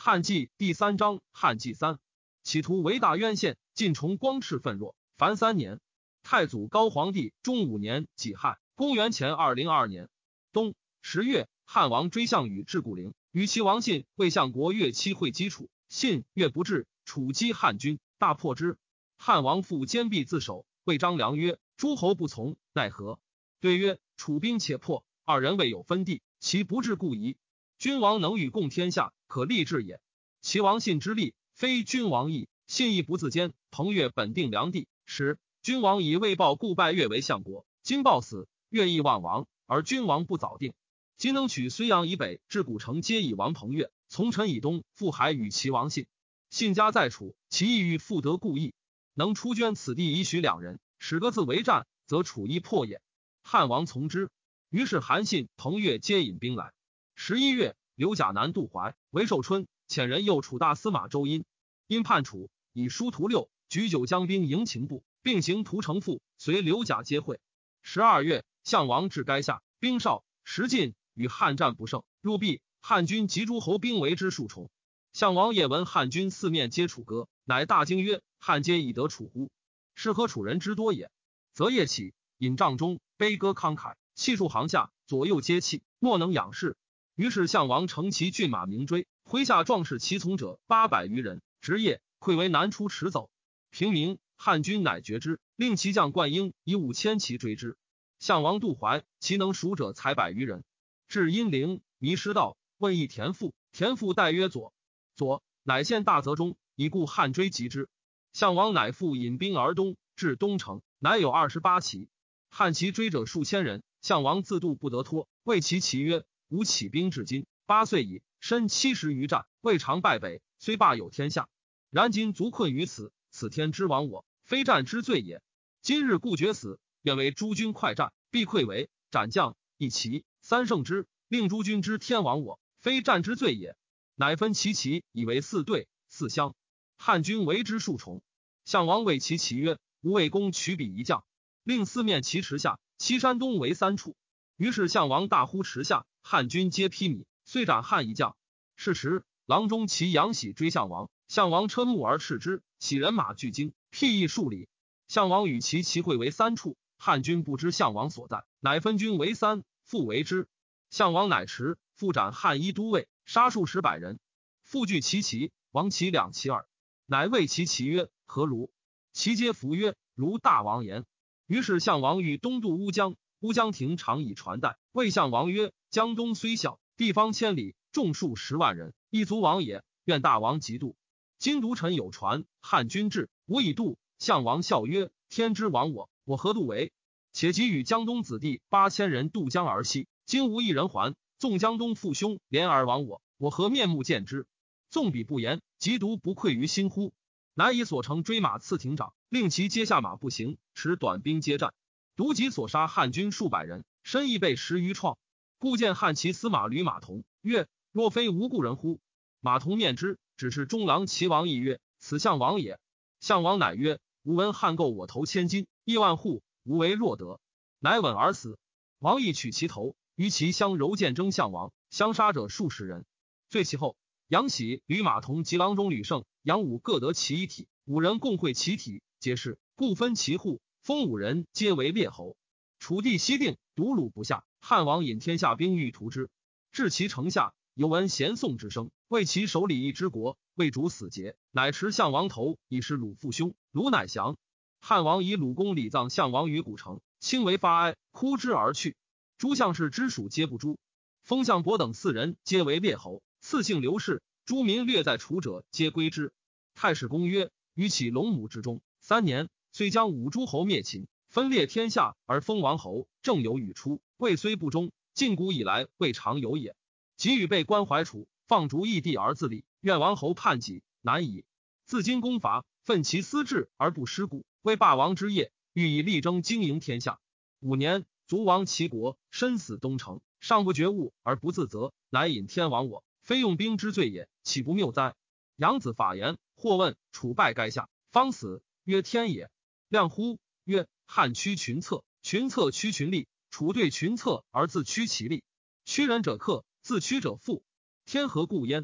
汉纪第3章汉纪3，企图为大渊县，晋崇光赤愤弱，凡3年。太祖高皇帝中5年己亥，公元前202年冬10月，汉王追项羽至固陵，与其王信为相国越期会击楚，信越不至，楚击汉军，大破之。汉王复坚壁自守，谓张良曰：诸侯不从，奈何？对曰：楚兵且破，二人未有分地，其不至故矣。君王能与共天下，可立志也。其王信之力，非君王意，信亦不自坚。彭越本定梁地，使君王以未报故拜越为相国，今报死，越亦望亡，而君王不早定。今能取睢阳以北至古城，皆以王彭越；从陈以东赴海与齐王信。信家在楚，其意欲复得故意，能出捐此地以许2人，使各自为战，则楚亦破也。汉王从之。于是韩信、彭越皆引兵来。11月，刘贾南渡淮，为寿春，遣人诱楚大司马周殷。殷叛楚，以书屠六，举9将兵迎秦部，并行屠城父，随刘贾皆会。12月，项王至垓下，兵少，时进，与汉战不胜，入壁，汉军及诸侯兵围之数重。项王夜闻汉军四面皆楚歌，乃大惊曰：汉皆以得楚乎？是何楚人之多也？则夜起，引帐中，悲歌慷慨，气数行下，左右皆泣，莫能仰视。于是项王乘其骏马鸣追，麾下壮士骑从者800余人，直夜溃为南出驰走。平明，汉军乃绝之，令其将灌婴以5000骑追之。项王渡淮，其能蜀者才100余人。至阴陵，迷失道，问一田父，田父代曰左。左乃献大泽中，以故汉追及之。项王乃复引兵而东，至东城，乃有28骑。汉骑追者数千人，项王自度不得脱，谓其骑曰：吾起兵至今8岁矣，身70余战，未尝败北，虽霸有天下。然今卒困于此，此天之亡我，非战之罪也。今日故决死，愿为诸军快战，必溃为斩将一骑3胜之，令诸军之天亡我，非战之罪也。乃分其骑以为4队4乡，汉军为之数重。项王谓其骑曰：吾为公取彼一将，令4面齐池下，其山东为3处。于是项王大呼池下，汉军皆披靡，遂斩汉一将。是时，郎中骑杨喜追项王，项王嗔目而斥之，喜人马俱惊，辟易数里。项王与其骑会为3处，汉军不知项王所在，乃分军为3，复围之。项王乃驰，复斩汉一都尉，杀数十百人。复据其骑，王其2骑耳。乃谓其骑曰：何如？其皆服曰：如大王言。于是项王欲东渡乌江，乌江亭常以传代，谓项王曰：江东虽小，地方千里，众数10万人，一足王也，愿大王急渡。今独臣有传，汉军至，吾以渡。项王笑曰：天之亡我，我何渡为？且即与江东子弟8000人渡江而西，今无一人还。纵江东父兄连而亡我，我何面目见之？纵彼不言，即独不愧于心乎？乃以所乘追马刺亭长，令其皆下马步行，持短兵接战。独己所杀汉军数百人，身亦被10余创。故见汉骑司马吕马童曰：若非无故人乎？马童面之，只是中郎齐王亦曰：此项王也。项王乃曰：吾闻汉购我头1000金，1万户，吾为若得。乃吻而死。王亦取其头，于其相柔剑争项王，相杀者数十人。罪其后，杨喜、吕马童及郎中吕胜、杨武各得其一体，5人共会其体，皆是，故分其户，封5人皆为列侯。楚地西定，独鲁不下。汉王引天下兵欲屠之，至其城下，犹闻弦颂之声，为其守礼义之国，为主死节，乃持项王头以示鲁父兄，鲁乃降。汉王以鲁公礼葬项王于古城，亲为发哀，哭之而去。诸项氏之属皆不诛，封项伯等4人皆为列侯，赐姓刘氏。诸民略在楚者皆归之。太史公曰：于起龙母之中3年，遂将5诸侯灭秦，分裂天下而封王侯，正有语出，未虽不忠，近古以来未尝有也。即与被关怀楚，放逐异地而自立，愿王侯叛己，难矣。自今攻伐，奋其私志而不失故，为霸王之业，欲以力争经营天下。5年，卒亡齐国，身死东城，尚不觉悟而不自责，乃引天亡我，非用兵之罪也，岂不谬哉？杨子法言，或问楚败垓下，方死，曰天也。亮乎？曰汉屈群策，群策屈群力，楚对群策而自屈其力。屈人者克，自屈者富，天何故焉？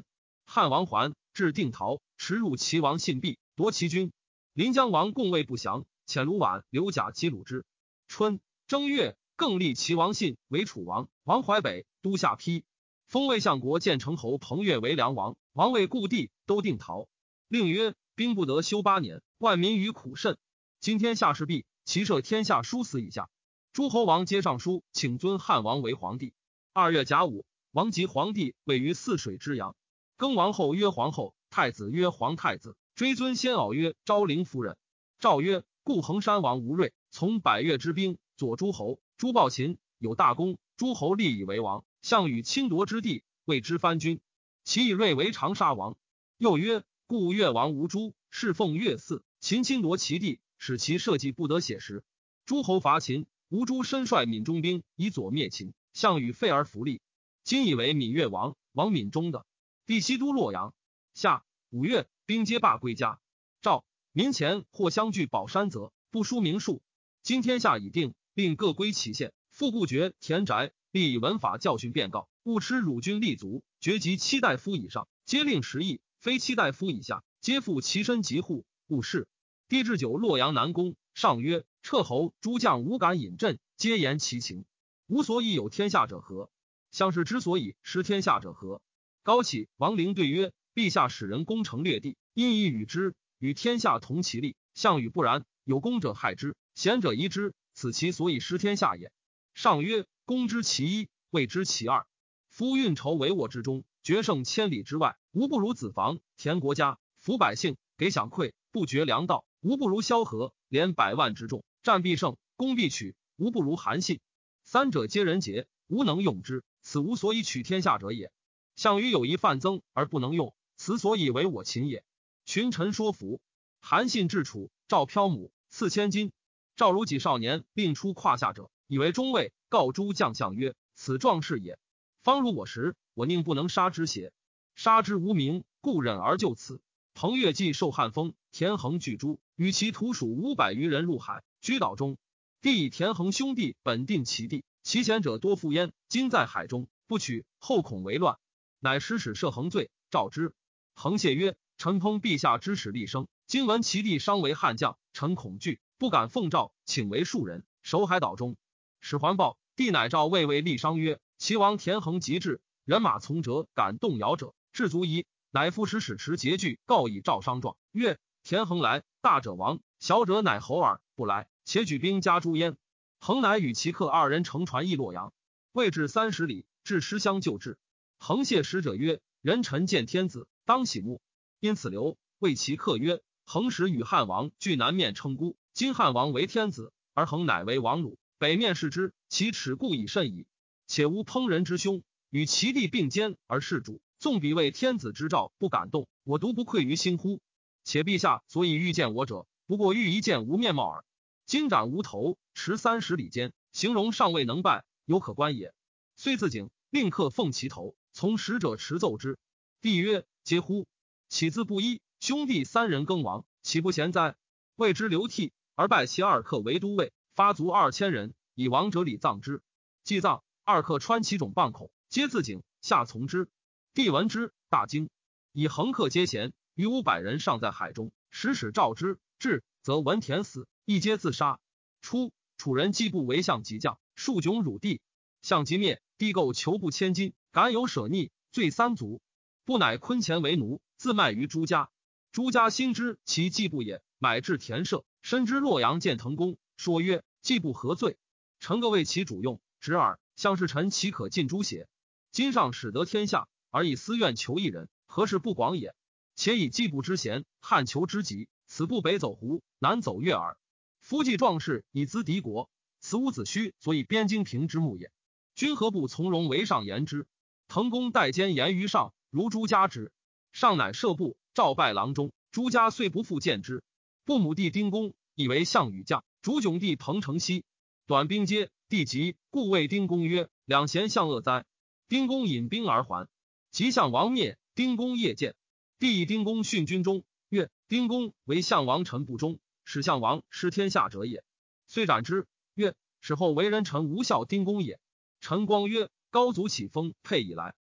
汉王还，至定陶，驰入齐王信壁，夺其军。临江王共卫不降，遣卢绾、刘贾击虏之。春正月，更立齐王信为楚王，王淮北都下邳。封魏相国建成侯彭越为梁王，王位故地，都定陶。令曰：兵不得休8年，万民于苦甚。今天下事毕，其摄天下殊死以下。诸侯王皆上书，请尊汉王为皇帝。2月甲午，王即皇帝位于泗水之阳。更王后曰皇后，太子曰皇太子，追尊先媪曰昭陵夫人。诏曰：故衡山王吴瑞从百越之兵，左诸侯，诸暴秦，有大功，诸侯立以为王。项羽侵夺之地，谓之藩君。其以瑞为长沙王。又曰：故越王吴诸侍奉越嗣，秦侵夺其地，使其社稷不得写实。诸侯伐秦，吴诸身率闽中兵以左灭秦，项羽废而弗立。今以为闽越王，王闽中的。帝西都洛阳。夏5月，兵皆罢归家。诏民前或相聚宝山泽，不书名数。今天下已定，令各归其县，复不绝田宅，必以文法教训辩告，勿吃辱君立足。爵及7大夫以上，皆令10邑；非7大夫以下，皆付其身疾户。勿视。帝置酒洛阳南宫，上曰：彻侯诸将无敢引阵，皆言其情。吾所以有天下者何？项氏之所以失天下者何？高启、王陵对曰：陛下使人攻城略地，因以与之，与天下同其利。项羽不然，有功者害之，贤者疑之，此其所以失天下也。上曰：攻之其一，谓之其二。夫运筹帷幄之中，决胜千里之外，无不如子房，田国家，抚百姓，给饷馈，不绝粮道，无不如萧何，连100万之众，战必胜，攻必取，无不如韩信。三者皆人杰，无能用之，此无所以取天下者也。项羽有一范增而不能用，此所以为我秦也。群臣说服。韩信至楚，召漂母，赐千金。赵如己少年并出胯下者，以为中尉，告诸将相曰：此壮士也，方如我时，我宁不能杀之邪？杀之无名，故忍而就此。彭越既受汉封，田横拒诸，与其徒属500余人入海，居岛中。帝以田横兄弟本定其地，其贤者多负焉，今在海中，不取，后恐为乱，乃使赦衡罪，召之。衡谢曰：臣烹陛下之使立生，今闻其弟伤为汉将，臣恐惧，不敢奉诏，请为庶人，守海岛中。使还报，帝乃召魏魏立商曰：齐王田横急至，人马从者，敢动摇者，至足矣。乃复使持节具，告以赵商状，曰：田横来，大者亡，小者乃侯耳；不来，且举兵加诛焉。衡乃与其客2人乘船诣洛阳，未至30里，至师乡就至。衡谢使者曰：人臣见天子，当喜目。因此留，谓其客曰：衡时与汉王俱南面称孤，今汉王为天子，而衡乃为王虏，北面视之，其耻故已甚矣。且无烹人之凶，与其弟并肩而事主，纵彼为天子之兆，不敢动，我独不愧于心乎？且陛下所以欲见我者，不过欲一见无面貌耳。今斩无头，持30里间，形容尚未能败，有可观也。遂自警，令客奉其头，从使者持奏之。帝曰：嗟乎！岂自不依？兄弟3人更亡，岂不贤哉？谓之流涕，而拜其2客为都尉，发卒2000人，以亡者礼葬之。祭葬，2客穿其冢棒口，皆自警，下从之。帝闻之，大惊。以衡客皆贤，余500人尚在海中，使召之，至，则闻田死，亦皆自杀。初，楚人季布为相及将，数窘辱地，相即灭，帝构求布千金，敢有舍逆，罪3族。不乃昆钱为奴，自卖于朱家。朱家心知其季布也，买至田舍，深知洛阳建腾公，说曰：季布何罪？臣各为其主用，直耳。相是臣岂可尽诛邪？今上使得天下，而以私怨求一人，何事不广也？且以季布之贤，汉求之急，此不北走胡，南走越耳。夫计壮士以资敌国，此伍子胥所以边荆平之目也。君何不从容为上言之？腾公代奸言于上，如朱家之。上乃设部，召拜郎中，朱家遂不复见之。布母弟丁公以为项羽将，主迥弟彭城西，短兵接，帝急，故谓丁公曰：两贤相恶哉！丁公引兵而还。及项王灭，丁公夜见，帝以丁公训军中，曰：丁公为项王臣不忠，使项王失天下者也。遂斩之。曰：使后为人臣无效丁公也。陈光曰：高祖起封沛以来，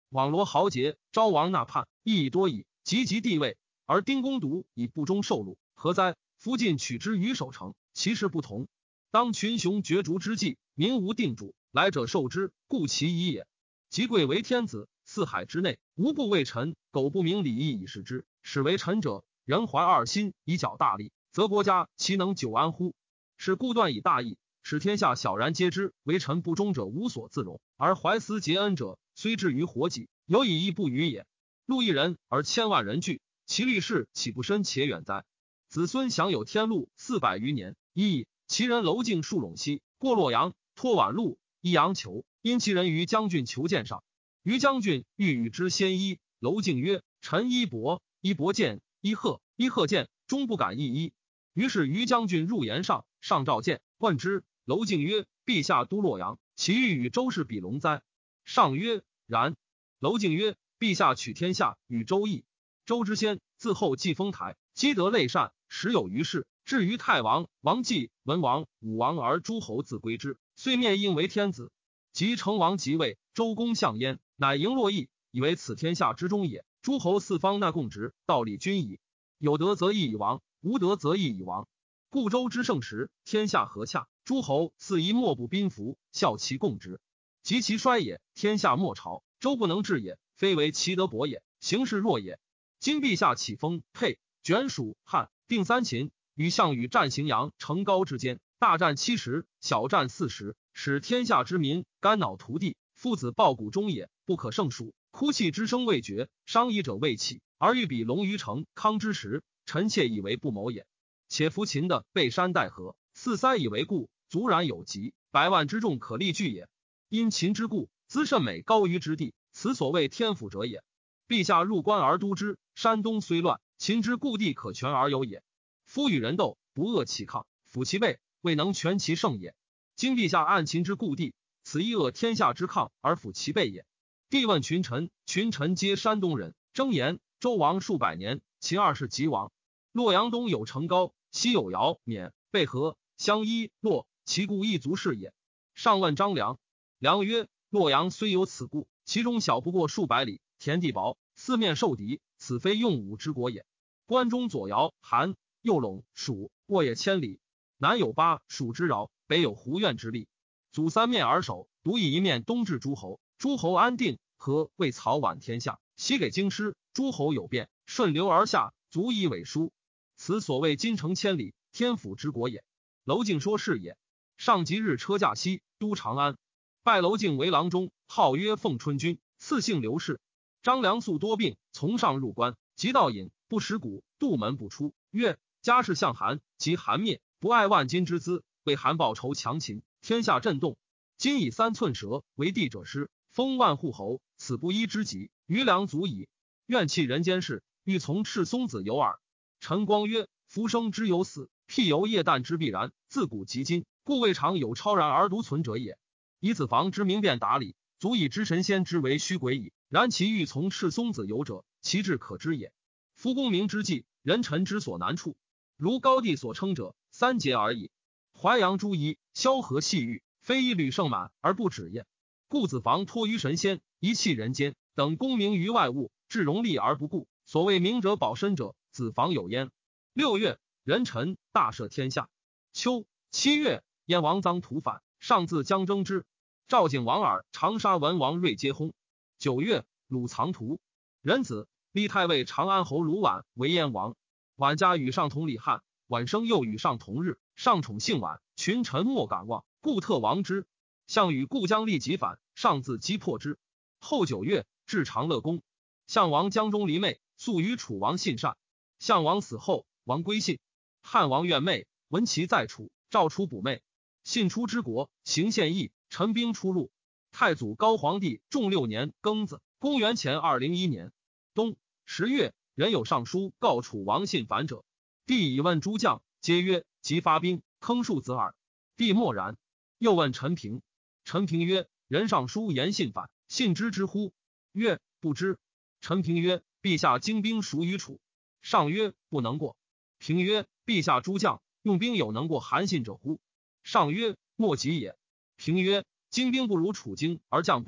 网罗豪杰，招王纳叛，亦已多矣。及帝位，而丁公独以不忠受禄，何哉？夫晋取之于守城，其事不同。当群雄角逐之际，民无定主，来者受之，故其已也。即贵为天子，四海之内，无不为臣，苟不明礼义以示之，使为臣者，人怀二心，以矫大利，则国家其能久安乎？是故断以大义，使天下小然皆知，为臣不忠者无所自容，而怀思结恩者，虽至于活己，有以义不与也。路一人而千万人惧，其虑事岂不深且远哉？子孙享有天禄400余年，亦其人娄敬树陇西，过洛阳，托宛路，一阳求，因其人于将军求见上。于将军欲与之先衣，娄敬曰：臣衣帛，衣帛见，衣鹤，衣鹤见，终不敢一衣。于是于将军入言上，上召见，问之。娄敬曰：陛下都洛阳，其欲与周氏比龙哉？上曰：然。娄敬曰：陛下取天下，与周异。周之先，自后继封台，积德累善，时有余事。至于太王、王继、文王、武王而诸侯自归之，遂灭应为天子。及成王即位，周公相焉，乃迎洛邑，以为此天下之中也。诸侯四方纳贡职，道理均矣。有德则义以亡，无德则义以亡。故周之盛时，天下和洽，诸侯肆夷莫不宾服，效其共职。及其衰也，天下莫朝，周不能治也，非为其德薄也，形势弱也。今陛下起封沛、卷蜀、汉，定三秦，与项羽战荥阳、成皋之间，大战70，小战40，使天下之民肝脑涂地，父子抱骨中也，不可胜数。哭泣之声未绝，伤夷者未起，而欲比龙于成康之时，臣妾以为不谋也。且夫秦的背山带河，四塞以为固，足然有疾，100万之众可立据也。因秦之故，资甚美高于之地，此所谓天府者也。陛下入关而督之，山东虽乱，秦之故地可全而有也。夫与人斗，不遏其抗，抚其背，未能全其胜也。今陛下按秦之故地，此亦遏天下之抗而抚其背也。帝问群臣，群臣皆山东人，争言：周王数百年，秦2世即亡。洛阳东有成皋，西有姚、渑、备河、襄伊、洛，其故一族是也。上问张良，良曰：洛阳虽有此故，其中小不过数百里，田地薄，四面受敌，此非用武之国也。关中左姚、韩，右陇、蜀，沃野千里，南有巴、蜀之饶，北有胡苑之力，阻三面而守，独以一面东至诸侯。诸侯安定，和为曹宛天下，西给京师，诸侯有变，顺流而下，足以委书。此所谓金城千里，天府之国也。娄敬说是也。上即日车驾西，都长安，拜娄敬为郎中，号曰奉春君，赐姓刘氏。张良素多病，从上入关，即到饮，不食谷，杜门不出，曰：家事向韩，及韩灭，不爱万金之资，为韩报仇强秦，天下震动。今以3寸舌为地者师，封万户侯，此不一之极，余粮足矣。愿弃人间事，欲从赤松子有耳。陈光曰：夫生之有死，譬由液氮之必然，自古及今，故未尝有超然而独存者也。以子房之明辨达理，足以知神仙之为虚诡矣。然其欲从赤松子有者，其志可知也。夫功名之计，人臣之所难处，如高帝所称者，3节而已。淮阳诸夷，萧何细玉，非一履盛满而不止也。故子房托于神仙，遗弃人间，等功名于外物，致荣利而不顾。所谓明哲保身者，子房有焉。6月，壬辰，大赦天下。秋7月，燕王臧荼反，上自将征之。赵景王耳长沙文王睿皆薨。9月，鲁藏荼，壬子，立太尉长安侯鲁绾为燕王。绾家与上同李汉，绾生又与上同日，上宠幸绾，群臣莫敢忘，故特亡之。项羽故将立即反，上自击破之。后9月，至长乐宫。项王江中离妹，素与楚王信善。项王死后，王归信。汉王怨妹，闻其在楚，召出捕妹。信出之国，行献邑，陈兵出入。太祖高皇帝仲6年庚子，公元前201年冬10月，人有上书告楚王信反者。帝以问诸将，皆曰：即发兵，坑庶子耳。帝默然。又问陈平，陈平曰：人上书言信反，信知之乎？曰：不知。陈平曰：陛下精兵属于楚。上曰：不能过。平曰：陛下诸将用兵有能过韩信者乎？上曰：莫及也。平曰：精兵不如楚精，而将不及，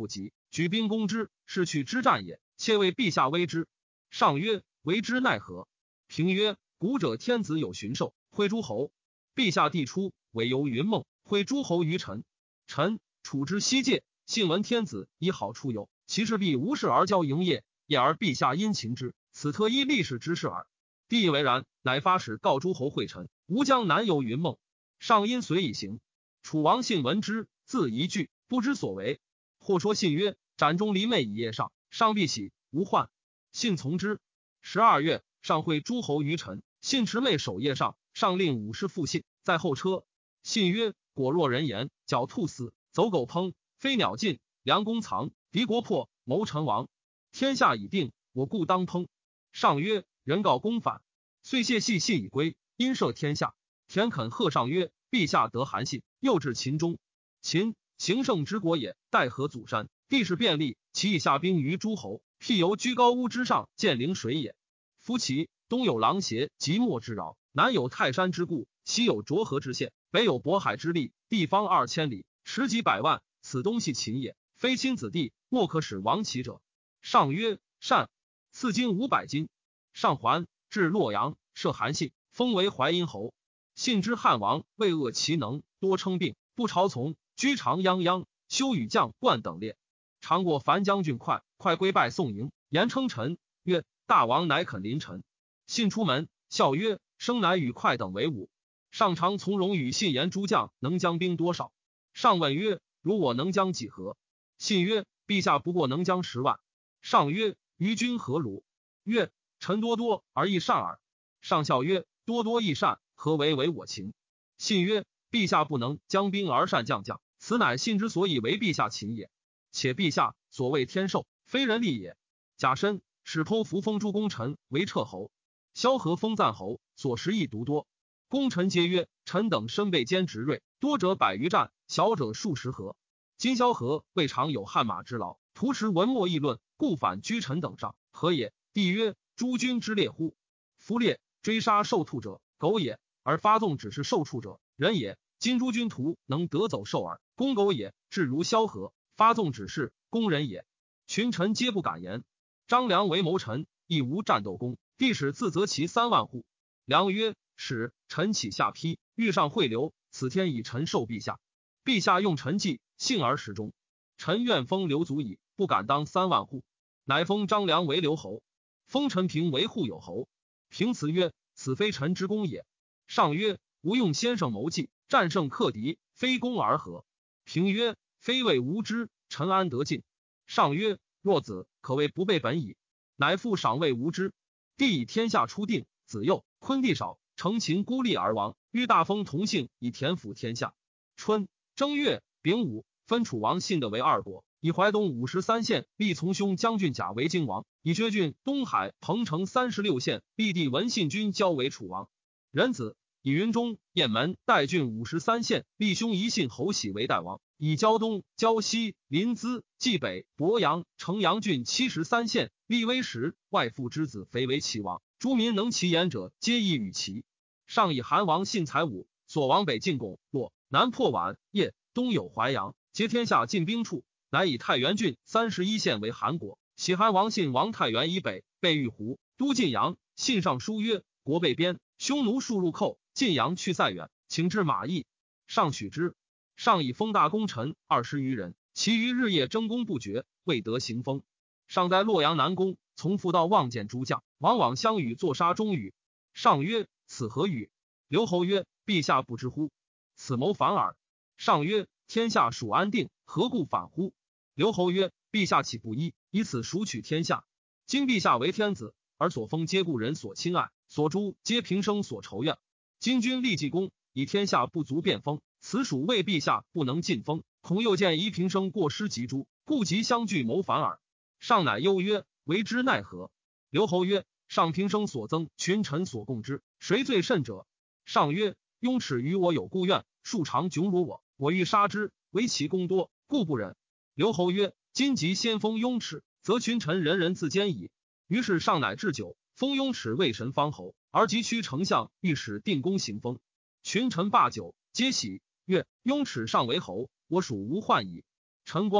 举兵攻之，是去之战也，切为陛下危之。上曰：为之奈何？平曰：古者天子有巡狩，会诸侯。陛下帝出，委游云梦，会诸侯于臣。臣处之西界，信闻天子以好出游，其事必无事而交营业，业而陛下殷勤之，此特依历史之事耳。帝以为然，乃发使告诸侯会臣，吾将南游云梦。上因随以行。楚王信闻之，自疑惧，不知所为。或说信曰：斩中离昧以夜上，上必喜，无患。信从之。12月，上会诸侯于臣，信持妹守夜上，上令武士复信，在后车。信曰：果若人言，狡兔死，走狗烹，飞鸟尽，良弓藏，敌国破，谋臣亡。天下已定，我故当烹。上曰：人告公反。遂谢系信以归，因赦天下。田肯贺上曰：陛下得韩信，又至秦中。秦行胜之国也，带河阻山，地势便利，其以下兵于诸侯，辟由居高屋之上，见陵水也。夫其东有狼邪即墨之饶，南有泰山之固，西有涿河之险，北有渤海之利，地方2000里，食几百万，此东系秦也，非亲子弟，莫可使亡其者。上曰：善。赐金500斤。上还，至洛阳，设韩信，封为淮阴侯。信之汉王畏恶其能，多称病，不朝从，居长泱泱，修与将冠等列。常过樊将军快归拜宋营，言称臣，曰：大王乃肯临臣。信出门，笑曰：生乃与快等为伍。上常从容与信言诸将能将兵多少。上问曰：如我能将几何？信曰：陛下不过能将10万。上曰：于君何如？曰：臣多而益善耳。上笑曰：多益善，何为我秦？信曰：陛下不能将兵而善将，此乃信之所以为陛下秦也。且陛下所谓天授，非人力也。甲申，使剖符封诸功臣为彻侯，萧何封赞侯，所食邑独多。功臣皆曰：臣等身被坚执锐，多者100余战，小者数十合。今萧何未尝有汗马之劳，徒持文墨议论，故反居臣等上，何也？帝曰：诸君之列乎？夫猎追杀受兔者，狗也；而发纵只是受畜者，人也。今诸君徒能得走兽耳，攻狗也，至如萧何，发纵只是攻人也。群臣皆不敢言。张良为谋臣，亦无战斗功，帝使自责其3万户。良曰：使臣起下邳，欲上会流，此天以臣受陛下。陛下用臣计，幸而始终。臣愿封刘足矣，不敢当3万户。乃封张良为留侯，封陈平为护有侯。平辞曰：此非臣之功也。上曰：吾用先生谋计，战胜克敌，非攻而和。平曰：非谓无知，臣安得进？上曰：若子可谓不备本矣。乃复赏谓无知。帝以天下初定，子幼，昆弟少，成秦孤立而亡，欲大封同姓，以田抚天下。春正月丙午，分楚王信德为2国，以淮东53县立从兄将军甲为荆王，以薛郡、东海、彭城36县立弟文信君交为楚王。壬子，以云中、雁门、代郡53县立兄宜信侯喜为代王，以胶东、胶西、临淄、冀北、鄱阳、城阳郡73县立威实、外父之子肥为齐王。诸民能其言者，皆议与齐。上以韩王信才武，所往北进巩、洛，南破宛、邺，东有淮阳，皆天下进兵处。乃以太原郡31县为韩国。喜韩王信王太原以北，备玉湖，都晋阳。信上书曰：国被边，匈奴数入寇，晋阳去塞远，请至马邑。上许之。上以封大功臣20余人，其余日夜争功不绝，未得行封。上在洛阳南宫，从复道望见诸将，往往相与作杀中语。上曰：此何语？刘侯曰：陛下不知乎？此谋反耳。上曰：天下属安定，何故反乎？刘侯曰：陛下岂不以此赎取天下？今陛下为天子，而所封皆故人所亲爱，所诛皆平生所仇怨。今君立济公，以天下不足变封，此属为陛下不能尽封，恐又见宜平生过失及诛，故即相聚谋反耳。上乃忧曰：为之奈何？刘侯曰：上平生所增，群臣所共之，谁最甚者？上曰：雍齿与我有故怨，数常窘辱我，我欲杀之，唯其功多，故不忍。刘侯曰：今即先封雍齿，则群臣人人自坚矣。于是上乃置酒，封雍齿为神方侯，而急驱丞相御史定公行封。群臣罢酒，皆喜，曰：雍齿上为侯，我属无患矣。陈光曰：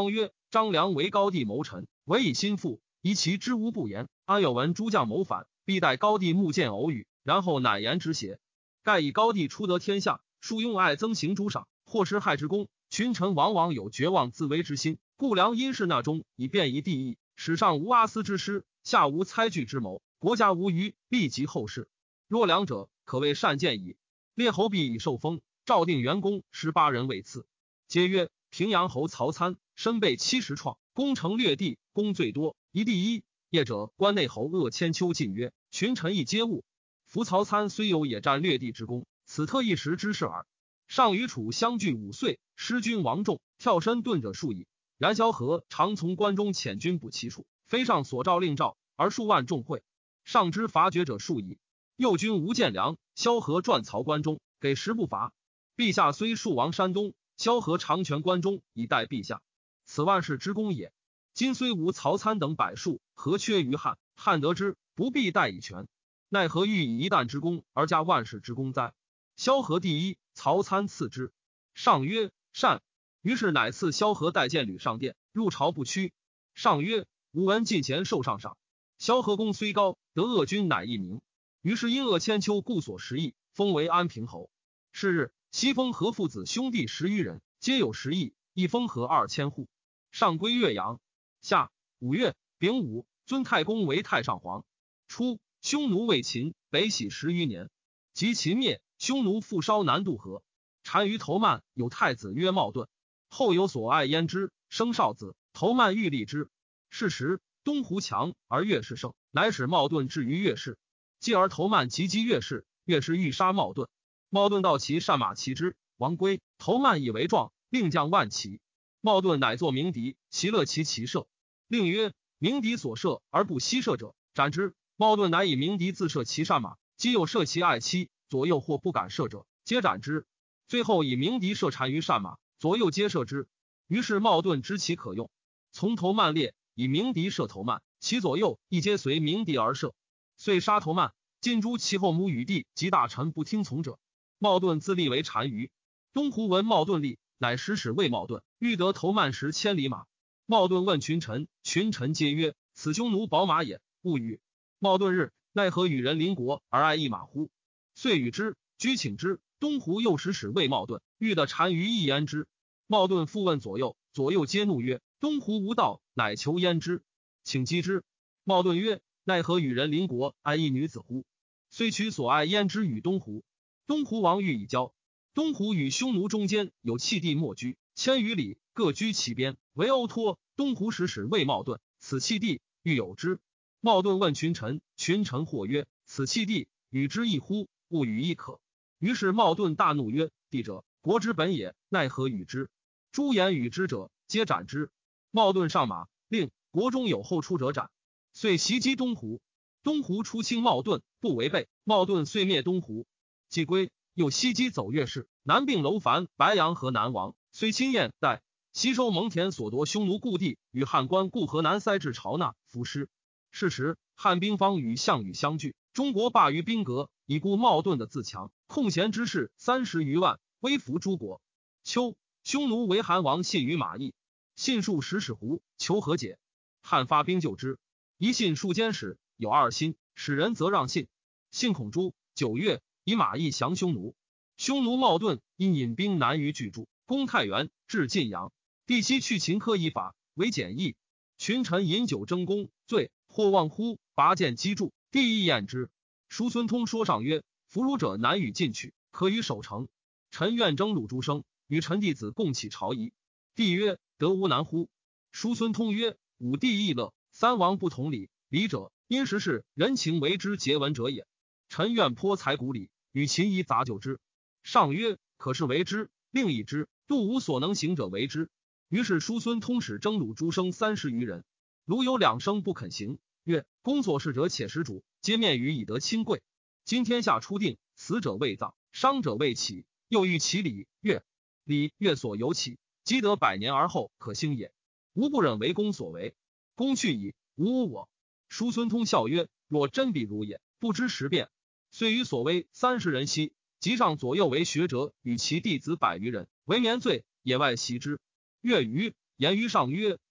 张良为高帝谋臣，唯以心腹，疑其知无不言。安有闻诸将谋反，必待高帝目见偶语，然后乃言之邪？盖以高帝初得天下，数用爱增行诸赏，或施害之功，群臣往往有绝望自危之心，故良因事那中，以便夷地义。史上无阿斯之师，下无猜据之谋，国家无虞，必及后世。若良者，可谓善见矣。列侯必以受封，诏定元公18人为次。皆曰：平阳侯曹参，身被70创，攻城略地，功最多，一第一。业者关内侯鄂千秋进曰：群臣亦皆恶。夫曹参虽有野战略地之功，此特一时之事耳。上与楚相距5岁，失君王众，跳身遁者数矣。然萧何常从关中遣军补其数，非上所诏令诏，而数万众会。上之伐绝者数矣。右军无见良，萧何传曹关中，给食不伐。陛下虽戍亡山东，萧何长权关中以待陛下，此万世之功也。今虽无曹参等百数，何缺于汉？汉得之，不必待以全。奈何欲以一旦之功而加万世之功哉？萧何第一，曹参次之。上曰：善。于是乃赐萧何带剑履上殿，入朝不趋。上曰：吾闻进贤受上赏。萧何功虽高，得鄂君乃一名。于是因鄂千秋故所10邑，封为安平侯。是日，西封何父子兄弟10余人，皆有10邑，一封何2000户。上归岳阳。夏5月丙午，尊太公为太上皇。初，匈奴为秦，北徙10余年。及秦灭，匈奴复烧南渡河。单于头曼有太子曰茂盾，后有所爱焉之，生少子，头曼欲立之。是时，东胡强而越氏盛，乃使茂盾至于越氏。继而头曼及击越氏，越氏欲杀茂盾。茂盾到其善马骑之，王归。头曼以为状，令将万骑。茂盾乃作鸣笛，其乐其骑射。令曰：鸣笛所射而不悉射者，斩之。茂盾乃以鸣笛自射其善马，既又射其爱妻，左右或不敢射者，皆斩之。最后以鸣笛射单于善马，左右皆射之。于是茂盾知其可用，从头曼列，以鸣笛射头曼，其左右亦皆随鸣笛而射，遂杀头曼。尽诛其后母与弟及大臣不听从者。茂盾自立为单于。东胡闻茂盾立，乃使使谓茂盾，欲得头曼10千里马。茂盾问群臣，群臣皆曰：此匈奴宝马也，勿与。茂盾日，奈何与人邻国而爱一马乎？遂与之，居请之。东胡又使使谓茂盾，欲得单于一焉之。茂盾复问左右，左右皆怒曰：东胡无道，乃求焉之，请击之。茂盾曰：奈何与人邻国爱一女子乎？虽取所爱焉之与东胡。东胡王欲以交。东胡与匈奴中间有弃地莫居，1000余里，各居其边，为欧托。东胡使使谓茂盾，此弃地欲有之。茂盾问群臣，群臣或曰：此弃地与之异乎？勿与亦可。于是茂盾大怒曰：地者，国之本也，奈何与之？诸言与之者，皆斩之。茂盾上马，令国中有后出者斩。遂袭击东胡。东胡出侵茂盾，不违背。茂盾遂灭东胡。既归，又西击走越氏，南并楼烦、白阳和南王，虽亲燕代，西收蒙恬所夺匈奴故地，与汉官固河南塞至朝纳伏师。是时，汉兵方与项羽相拒，中国罢于兵革，以固茂盾的自强，空闲之士30余万，威服诸国。秋，匈奴为韩王信于马邑，信数使使胡求和解，汉发兵救之。一信数监使有2心，使人则让信。信恐诛。9月，以马邑降匈奴。匈奴茂盾因引兵南于巨筑，攻太原，至晋阳。帝西去秦科以法为简易。群臣饮酒争功，醉，或忘乎，拔剑击筑。帝亦厌之。叔孙通说上曰：俘虏者难与进取，可与守城。臣愿征虏诸生，与臣弟子共起朝仪。帝曰：得无难乎？叔孙通曰：武帝亦乐，三王不同礼，礼者因时事人情为之结文者也。臣愿颇才古礼，与秦夷杂就之。上曰：可是为之，令以之，度无所能行者为之。于是叔孙通使征虏诸生30余人，如有2生不肯行，曰：公所事者且食主，皆面于以得亲贵。今天下初定，死者未葬，伤者未起，又欲其礼乐。礼乐所由起，积得100年而后可兴也。吾不忍为公所为。公去矣，无我。叔孙通笑曰：若真比如也，不知时变。遂与所谓30人息，及上左右为学者，与其弟子100余人，为眠罪，野外袭之。乐于言于上曰：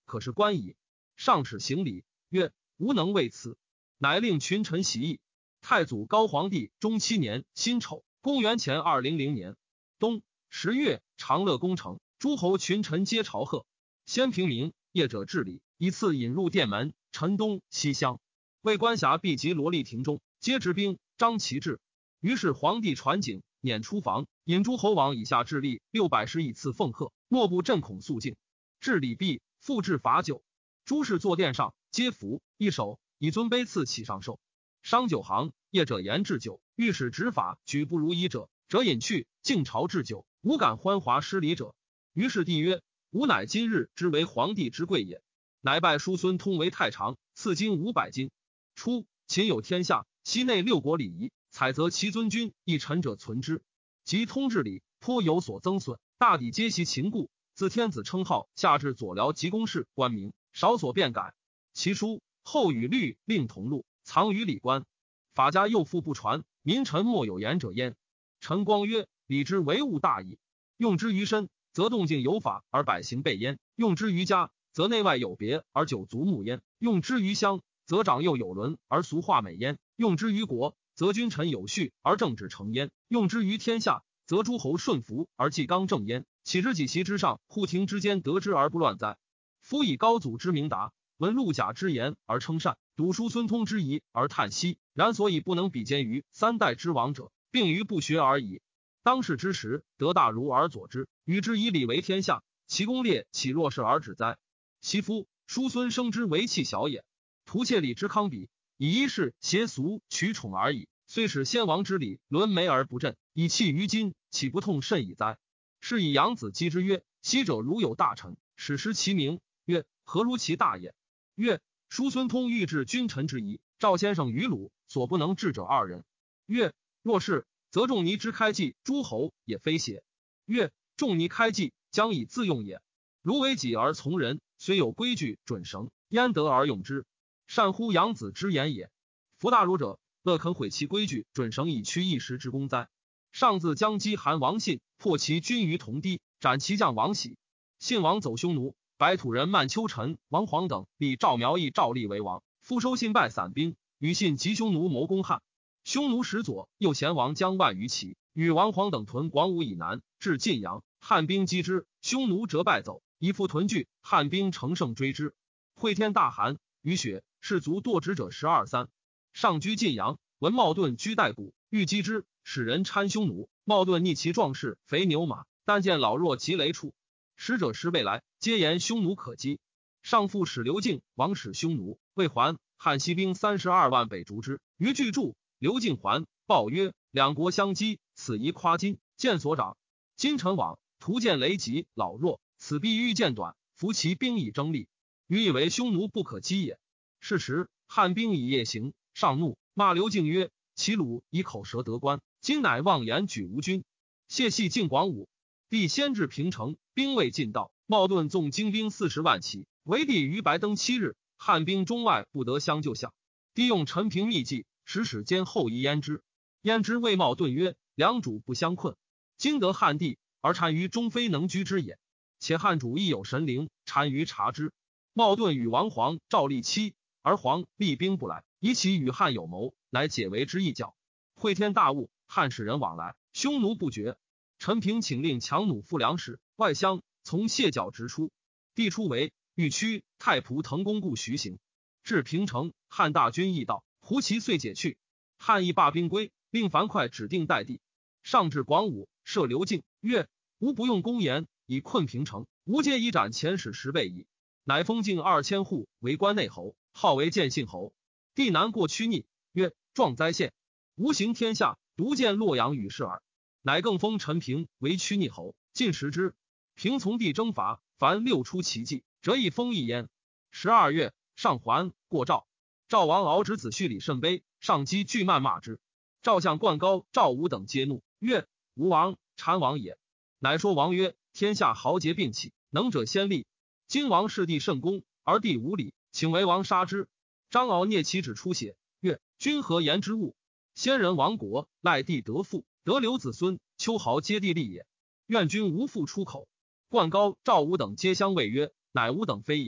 可是官矣。上使行礼，曰：吾能为此。乃令群臣习议。太祖高皇帝中7年辛丑，公元前200年冬10月，长乐宫城，诸侯群臣皆朝贺。先平民业者治礼，依次引入殿门，陈东西厢。为官辖毕及罗立庭中，皆执兵，张旗帜。于是皇帝传景，撵出防，引诸侯往以下治吏610以赐奉贺，莫不震恐肃静。治礼毕，复置罚酒。诸事坐殿上，皆服一手，以尊卑赐起上寿。商酒行，业者言置酒，御史执法举不如仪者，则引去，敬朝置酒，无敢欢华失礼者。于是帝曰：吾乃今日之为皇帝之贵也。乃拜叔孙通为太常，赐金500斤。初，秦有天下，西内6国礼仪，采择其尊君一臣者存之。及通治礼，颇有所增损，大抵皆习秦故。自天子称号，下至左僚及公事官名，少所变改。其书后与律令同录，藏于礼官。法家又复不传，民臣莫有言者焉。陈光曰：礼之为物大矣，用之于身，则动静有法而百行备焉；用之于家，则内外有别而九族睦焉；用之于乡，则长幼有伦而俗化美焉；用之于国，则君臣有序而政治成焉；用之于天下，则诸侯顺服而纪纲正焉。岂知几席之上，户庭之间得之而不乱哉？夫以高祖之明达，闻陆贾之言而称善，笃叔孙通之疑而叹息。然所以不能比肩于3代之王者，并于不学而已。当世之时，得大儒而佐之，与之以礼为天下，其功烈岂若是而止哉？昔夫叔孙生之为器小也，图窃礼之康比，以一世邪俗取宠而已。虽使先王之礼伦美而不振，以弃于今，岂不痛甚矣哉？是以杨子讥之曰：昔者如有大臣，始失其名，曰：何如其大也？曰：叔孙通欲治君臣之仪，赵先生于鲁所不能治者2人。曰：若是，则仲尼之开济诸侯也非邪？曰：仲尼开济，将以自用也。如为己而从人，虽有规矩准绳，焉得而用之？善乎杨子之言也。夫大儒者，乐肯毁其规矩准绳以屈一时之功哉？上自将击韩王信，破其军于铜堤，斩其将王喜。信王走匈奴，白土人曼丘臣、王晃等立赵苗裔赵立为王，复收信败散兵，与信及匈奴谋攻汉。匈奴使左右贤王将万余骑，与王晃等屯广武以南，至晋阳，汉兵击之，匈奴折败走，以复屯聚，汉兵乘胜追之。会天大寒，雨雪，士卒堕职者12-3。上居晋阳，闻茂盾居代谷，欲击之，使人搀匈奴。茂盾逆其壮士，肥牛马，但见老弱及雷处。使者时未来，皆言匈奴可击。上复使刘敬王使匈奴，未还，汉西兵32万北逐之，于巨筑。刘敬还，报曰：两国相击，此宜夸今，见所长。今臣往，图见雷疾老弱，此必欲见短，服其兵以争利。余以为匈奴不可击也。是时，汉兵以夜行，上怒，骂刘敬曰：其鲁以口舌得官，今乃妄言举吴军。谢系进广武，帝先至平城，兵未尽到，茂盾纵精兵40万骑，为帝于白登7日，汉兵中外不得相救下。帝用陈平秘计，使兼后夷焉之。焉之谓茂盾曰：两主不相困，今得汉地，而单于终非能居之也。且汉主亦有神灵，单于察之。茂盾与王晃、赵立期，而黄厉兵不来，以其与汉有谋，乃解为之一角。会天大雾，汉使人往来，匈奴不绝。陈平请令强弩副粮食外乡，从谢角直出。帝出为豫区太仆腾公故徐行，至平城，汉大军亦到，胡骑遂解去。汉亦罢兵归，令樊哙指定代地。上至广武，设刘敬曰：吾不用公言，以困平城，吾皆以斩前使10倍矣。乃封境2000户为关内侯，号为建信侯。帝南过曲逆，曰：壮哉县！吾行天下，独见洛阳与世耳。乃更封陈平为曲逆侯，进食之。平从帝征伐，凡6出奇迹，折一封一焉。12月，上还，过赵。赵王敖之子胥礼甚卑，上击惧谩骂之。赵相冠高、赵武等皆怒，曰：吴王，谗王也。乃说王曰：天下豪杰并起，能者先立。今王视帝甚恭，而帝无礼，请为王杀之。张敖啮其指出血，曰：君何言之物？先人亡国，赖帝得父，得留子孙，秋毫皆帝立也。愿君无复出口。冠高、赵武等皆相谓曰：乃吾等非也。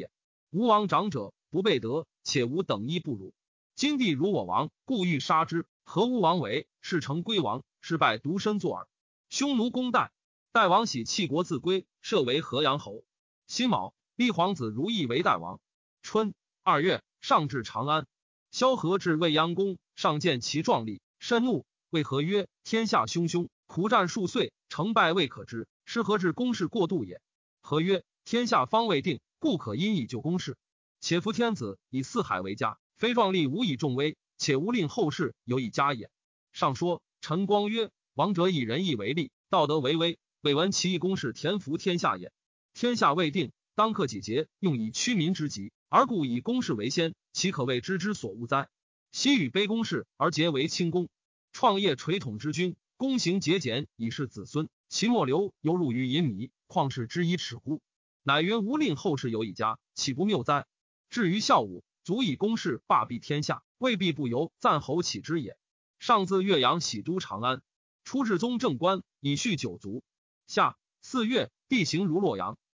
吴王长者，不备德，且无等一不辱。今帝如我王，故欲杀之。何吴王为？事成归王，失败独身作耳。匈奴攻代，代王喜弃国自归，设为河阳侯。辛卯，立皇子如意为代王。春2月，上至长安。萧何至未央宫，上见其壮丽，深怒，谓何曰：天下汹汹，苦战数岁，成败未可知，是何至公事过度也？何曰：天下方未定，故可因以就公事。且夫天子以四海为家，非壮丽无以重威，且无令后世有以加也。上说，陈光曰：王者以仁义为利，道德为威，未闻其义公事田服天下也。天下未定，当克己节，用以驱民之急，而故以公事为先，其可谓知之所恶哉？昔与卑公事而结为轻公，创业垂统之君，公行节俭以示子孙，其末流犹入于淫靡，况是之以耻乎？乃云无令后世有以加，岂不谬哉？至于孝武，足以公事霸蔽天下，未必不由赞侯起之也。上自岳阳喜都长安，出至宗正官，以叙九族。夏4月，地形如洛阳。